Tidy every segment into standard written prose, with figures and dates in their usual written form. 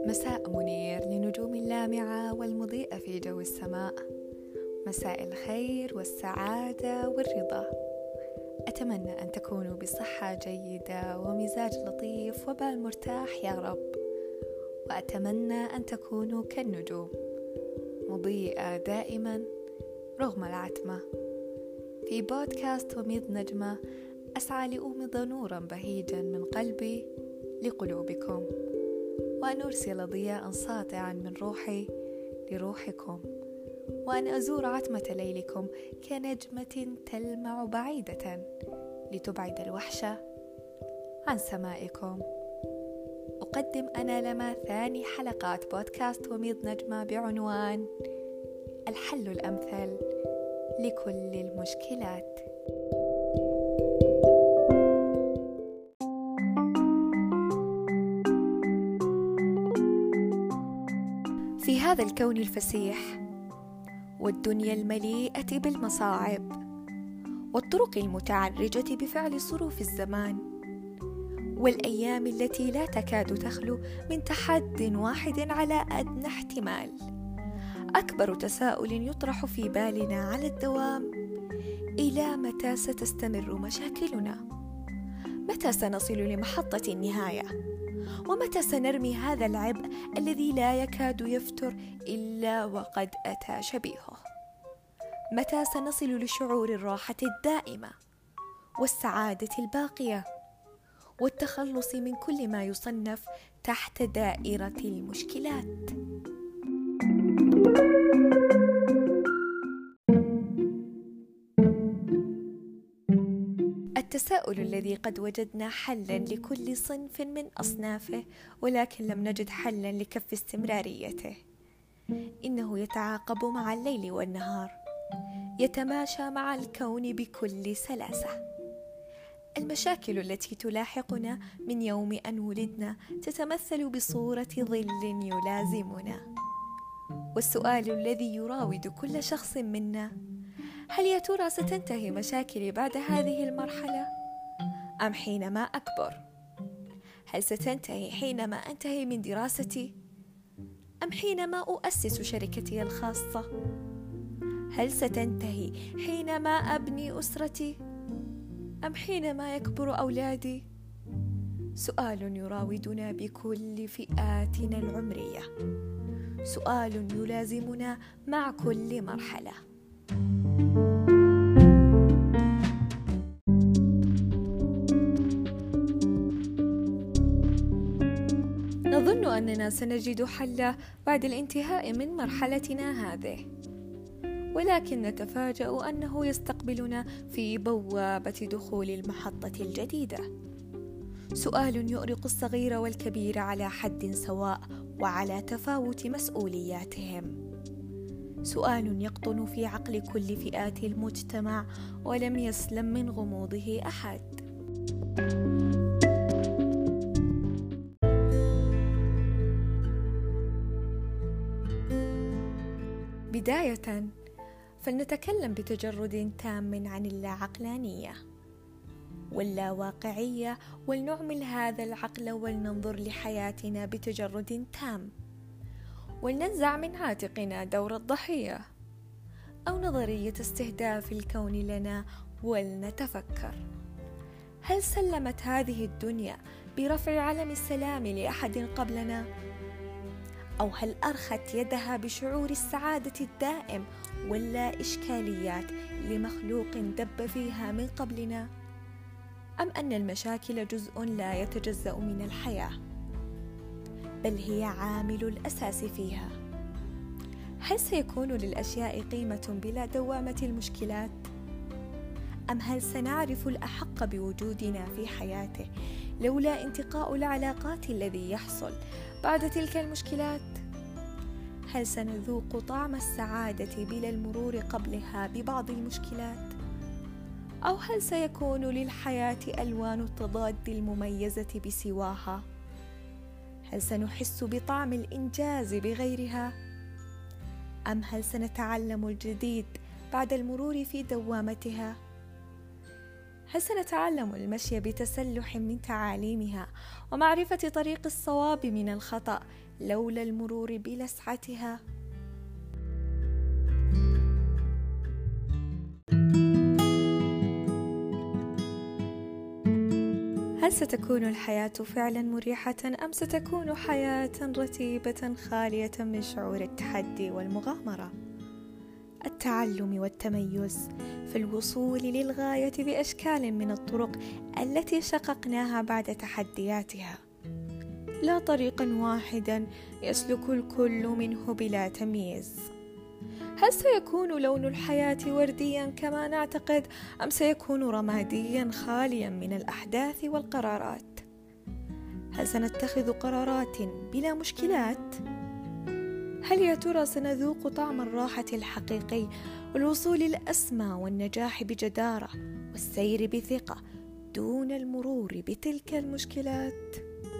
مساء منير لنجوم اللامعة والمضيئة في جو السماء. مساء الخير والسعادة والرضا. أتمنى أن تكونوا بصحة جيدة ومزاج لطيف وبال مرتاح يا رب. وأتمنى أن تكونوا كالنجوم مضيئة دائما رغم العتمة. في بودكاست وميض نجمة أسعى لأومض نورا بهيجا من قلبي لقلوبكم، وأن أرسل ضياء ساطعا من روحي لروحكم، وأن أزور عتمة ليلكم كنجمة تلمع بعيدة لتبعد الوحشة عن سمائكم. أقدم أنا لما ثاني حلقات بودكاست وميض نجمة بعنوان الحل الأمثل لكل المشكلات. في هذا الكون الفسيح والدنيا المليئة بالمصاعب والطرق المتعرجة بفعل صروف الزمان والأيام التي لا تكاد تخلو من تحد واحد على أدنى احتمال، أكبر تساؤل يطرح في بالنا على الدوام: إلى متى ستستمر مشاكلنا؟ متى سنصل لمحطة النهاية؟ ومتى سنرمي هذا العبء الذي لا يكاد يفتر إلا وقد أتى شبيهه؟ متى سنصل لشعور الراحة الدائمة والسعادة الباقية والتخلص من كل ما يصنف تحت دائرة المشكلات؟ التساؤل الذي قد وجدنا حلا لكل صنف من أصنافه ولكن لم نجد حلا لكف استمراريته. إنه يتعاقب مع الليل والنهار، يتماشى مع الكون بكل سلاسة. المشاكل التي تلاحقنا من يوم أن ولدنا تتمثل بصورة ظل يلازمنا، والسؤال الذي يراود كل شخص منا: هل يا ترى ستنتهي مشاكلي بعد هذه المرحلة أم حينما أكبر؟ هل ستنتهي حينما أنتهي من دراستي أم حينما أؤسس شركتي الخاصة؟ هل ستنتهي حينما أبني أسرتي أم حينما يكبر أولادي؟ سؤال يراودنا بكل فئاتنا العمرية، سؤال يلازمنا مع كل مرحلة. نظن أننا سنجد حلا بعد الانتهاء من مرحلتنا هذه، ولكن نتفاجأ أنه يستقبلنا في بوابة دخول المحطة الجديدة سؤال يؤرق الصغير والكبير على حد سواء وعلى تفاوت مسؤولياتهم، سؤال يقطن في عقل كل فئات المجتمع ولم يسلم من غموضه أحد. بداية فلنتكلم بتجرد تام عن اللاعقلانية واللاواقعية، ولنعمل هذا العقل ولننظر لحياتنا بتجرد تام، ولننزع من عاتقنا دور الضحية أو نظرية استهداف الكون لنا، ولنتفكر: هل سلمت هذه الدنيا برفع علم السلام لأحد قبلنا؟ أو هل أرخت يدها بشعور السعادة الدائم ولا إشكاليات لمخلوق دب فيها من قبلنا؟ أم أن المشاكل جزء لا يتجزأ من الحياة، بل هي عامل الأساس فيها؟ هل سيكون للأشياء قيمة بلا دوامة المشكلات؟ أم هل سنعرف الأحق بوجودنا في حياته لولا انتقاء العلاقات الذي يحصل بعد تلك المشكلات؟ هل سنذوق طعم السعادة بلا المرور قبلها ببعض المشكلات؟ أو هل سيكون للحياة ألوان التضاد المميزة بسواها؟ هل سنحس بطعم الإنجاز بغيرها؟ أم هل سنتعلم الجديد بعد المرور في دوامتها؟ هل سنتعلم المشي بتسلح من تعاليمها ومعرفة طريق الصواب من الخطأ لولا المرور بلسعتها؟ هل ستكون الحياة فعلا مريحة أم ستكون حياة رتيبة خالية من شعور التحدي والمغامرة؟ التعلم والتميز في الوصول للغاية بأشكال من الطرق التي شققناها بعد تحدياتها، لا طريقا واحدا يسلك الكل منه بلا تمييز. هل سيكون لون الحياة ورديا كما نعتقد أم سيكون رماديا خاليا من الأحداث والقرارات؟ هل سنتخذ قرارات بلا مشكلات؟ هل يا ترى سنذوق طعم الراحة الحقيقي والوصول للأسمى والنجاح بجدارة والسير بثقة دون المرور بتلك المشكلات؟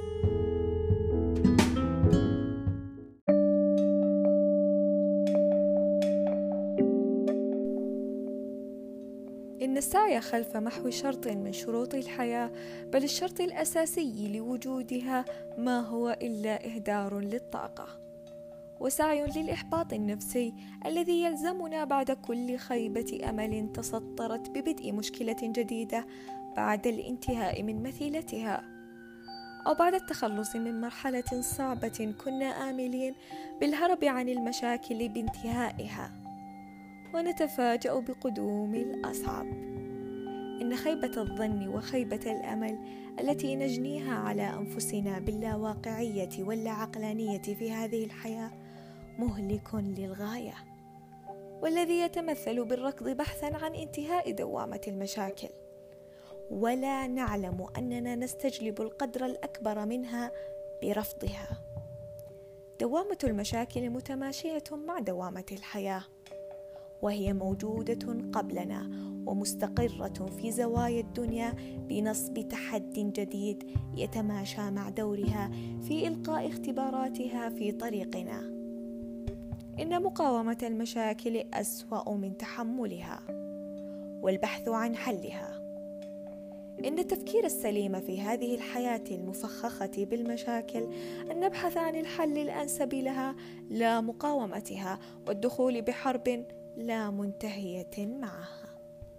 إن السعي خلف محو شرط من شروط الحياة، بل الشرط الأساسي لوجودها، ما هو إلا إهدار للطاقة وسعي للإحباط النفسي الذي يلزمنا بعد كل خيبة أمل تسطرت ببدء مشكلة جديدة بعد الانتهاء من مثيلتها، أو بعد التخلص من مرحلة صعبة كنا آملين بالهرب عن المشاكل بانتهائها، ونتفاجأ بقدوم الأصعب. إن خيبة الظن وخيبة الأمل التي نجنيها على أنفسنا باللاواقعية واللاعقلانية في هذه الحياة مهلك للغاية، والذي يتمثل بالركض بحثا عن انتهاء دوامة المشاكل، ولا نعلم أننا نستجلب القدر الأكبر منها برفضها. دوامة المشاكل متماشية مع دوامة الحياة، وهي موجودة قبلنا ومستقرة في زوايا الدنيا بنصب تحد جديد يتماشى مع دورها في إلقاء اختباراتها في طريقنا. إن مقاومة المشاكل أسوأ من تحملها والبحث عن حلها. إن التفكير السليم في هذه الحياة المفخخة بالمشاكل أن نبحث عن الحل الأنسب لها لا مقاومتها، والدخول بحرب لا منتهية معها.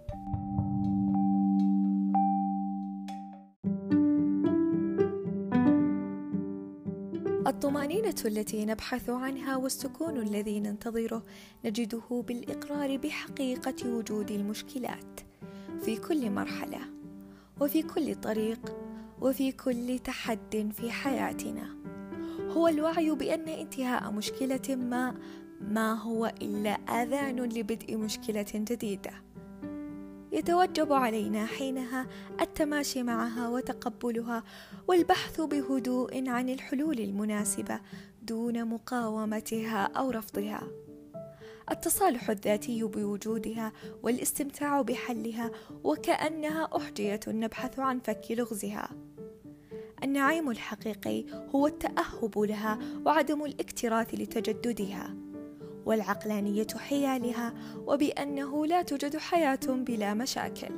الطمأنينة التي نبحث عنها والسكون الذي ننتظره نجده بالإقرار بحقيقة وجود المشكلات في كل مرحلة وفي كل طريق وفي كل تحد في حياتنا. هو الوعي بأن انتهاء مشكلة ما هو إلا آذان لبدء مشكلة جديدة، يتوجب علينا حينها التماشي معها وتقبلها والبحث بهدوء عن الحلول المناسبة دون مقاومتها أو رفضها. التصالح الذاتي بوجودها والاستمتاع بحلها وكأنها أحجية نبحث عن فك لغزها. النعيم الحقيقي هو التأهب لها وعدم الاكتراث لتجددها، والعقلانية حيالها، وبأنه لا توجد حياة بلا مشاكل.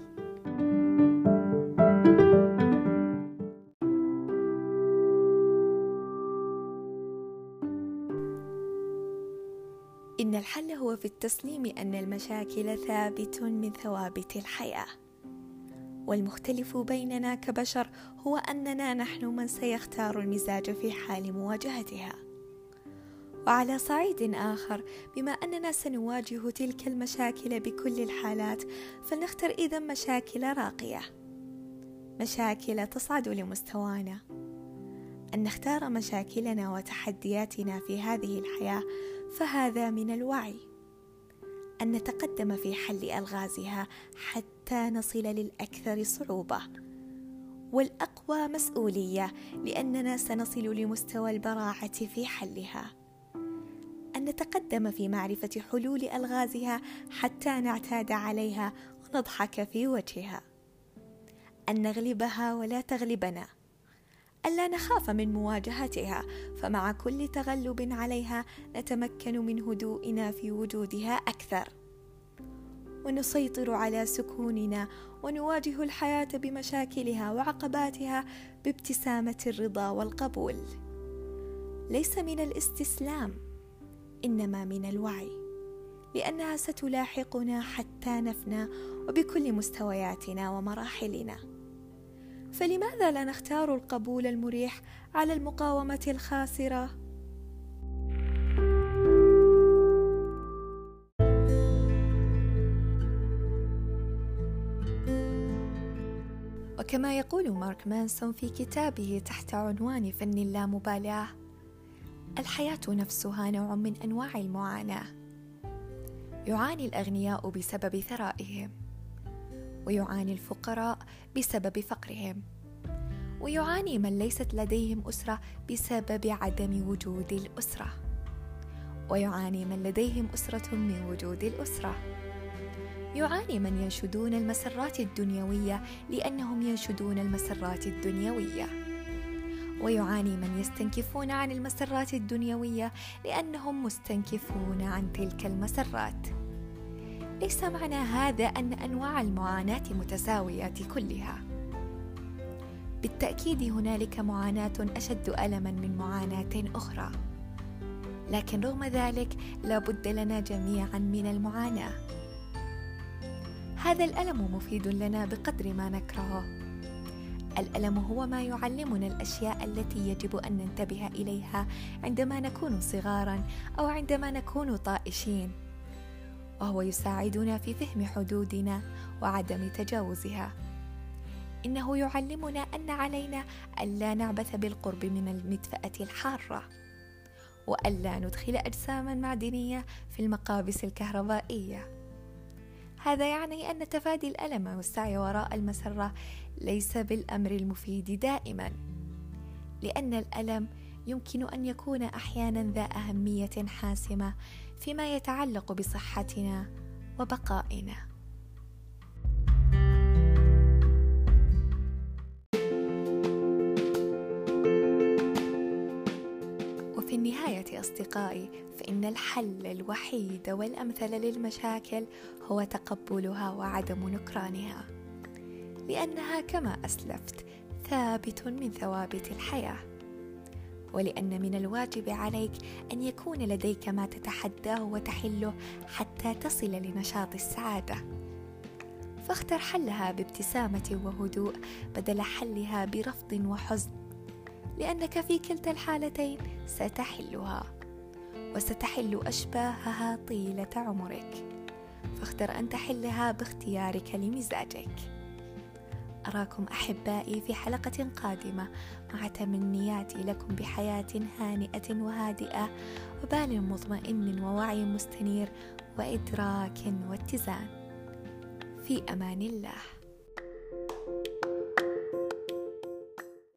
إن الحل هو في التسليم أن المشاكل ثابت من ثوابت الحياة، والمختلف بيننا كبشر هو أننا نحن من سيختار المزاج في حال مواجهتها. وعلى صعيد آخر، بما أننا سنواجه تلك المشاكل بكل الحالات، فلنختر إذن مشاكل راقية، مشاكل تصعد لمستوانا. أن نختار مشاكلنا وتحدياتنا في هذه الحياة فهذا من الوعي. أن نتقدم في حل ألغازها حتى نصل للأكثر صعوبة والأقوى مسؤولية، لأننا سنصل لمستوى البراعة في حلها. أن نتقدم في معرفة حلول ألغازها حتى نعتاد عليها ونضحك في وجهها. أن نغلبها ولا تغلبنا. ألا نخاف من مواجهتها، فمع كل تغلب عليها نتمكن من هدوئنا في وجودها أكثر. ونسيطر على سكوننا ونواجه الحياة بمشاكلها وعقباتها بابتسامة الرضا والقبول. ليس من الاستسلام، إنما من الوعي، لأنها ستلاحقنا حتى نفنى وبكل مستوياتنا ومراحلنا. فلماذا لا نختار القبول المريح على المقاومة الخاسرة؟ وكما يقول مارك مانسون في كتابه تحت عنوان فن اللامبالاة: الحياة نفسها نوع من أنواع المعاناة. يعاني الأغنياء بسبب ثرائهم، ويعاني الفقراء بسبب فقرهم، ويعاني من ليست لديهم أسرة بسبب عدم وجود الأسرة، ويعاني من لديهم أسرة من وجود الأسرة. يعاني من ينشدون المسرات الدنيوية لأنهم ينشدون المسرات الدنيوية، ويعاني من يستنكفون عن المسرات الدنيوية لأنهم مستنكفون عن تلك المسرات. ليس معنى هذا أن أنواع المعاناة متساوية كلها. بالتأكيد هنالك معاناة أشد ألماً من معاناة أخرى، لكن رغم ذلك لا بد لنا جميعاً من المعاناة. هذا الألم مفيد لنا بقدر ما نكرهه. الألم هو ما يعلمنا الأشياء التي يجب أن ننتبه إليها عندما نكون صغاراً أو عندما نكون طائشين، وهو يساعدنا في فهم حدودنا وعدم تجاوزها. إنه يعلمنا أن علينا ألا نعبث بالقرب من المدفأة الحارة، وألا ندخل أجساماً معدنية في المقابس الكهربائية. هذا يعني أن تفادي الألم والسعي وراء المسرة ليس بالأمر المفيد دائماً، لأن الألم يمكن أن يكون أحياناً ذا أهمية حاسمة فيما يتعلق بصحتنا وبقائنا. وفي النهاية أصدقائي، فإن الحل الوحيد والأمثل للمشاكل هو تقبلها وعدم نكرانها، لأنها كما أسلفت ثابت من ثوابت الحياة، ولأن من الواجب عليك أن يكون لديك ما تتحداه وتحله حتى تصل لنشاط السعادة. فاختر حلها بابتسامة وهدوء بدل حلها برفض وحزن، لأنك في كلتا الحالتين ستحلها، وستحل أشباهها طيلة عمرك. فاختر أن تحلها باختيارك لمزاجك. أراكم أحبائي في حلقة قادمة، مع تمنياتي لكم بحياة هانئة وهادئة، وبال مطمئن ووعي مستنير، وإدراك واتزان. في أمان الله.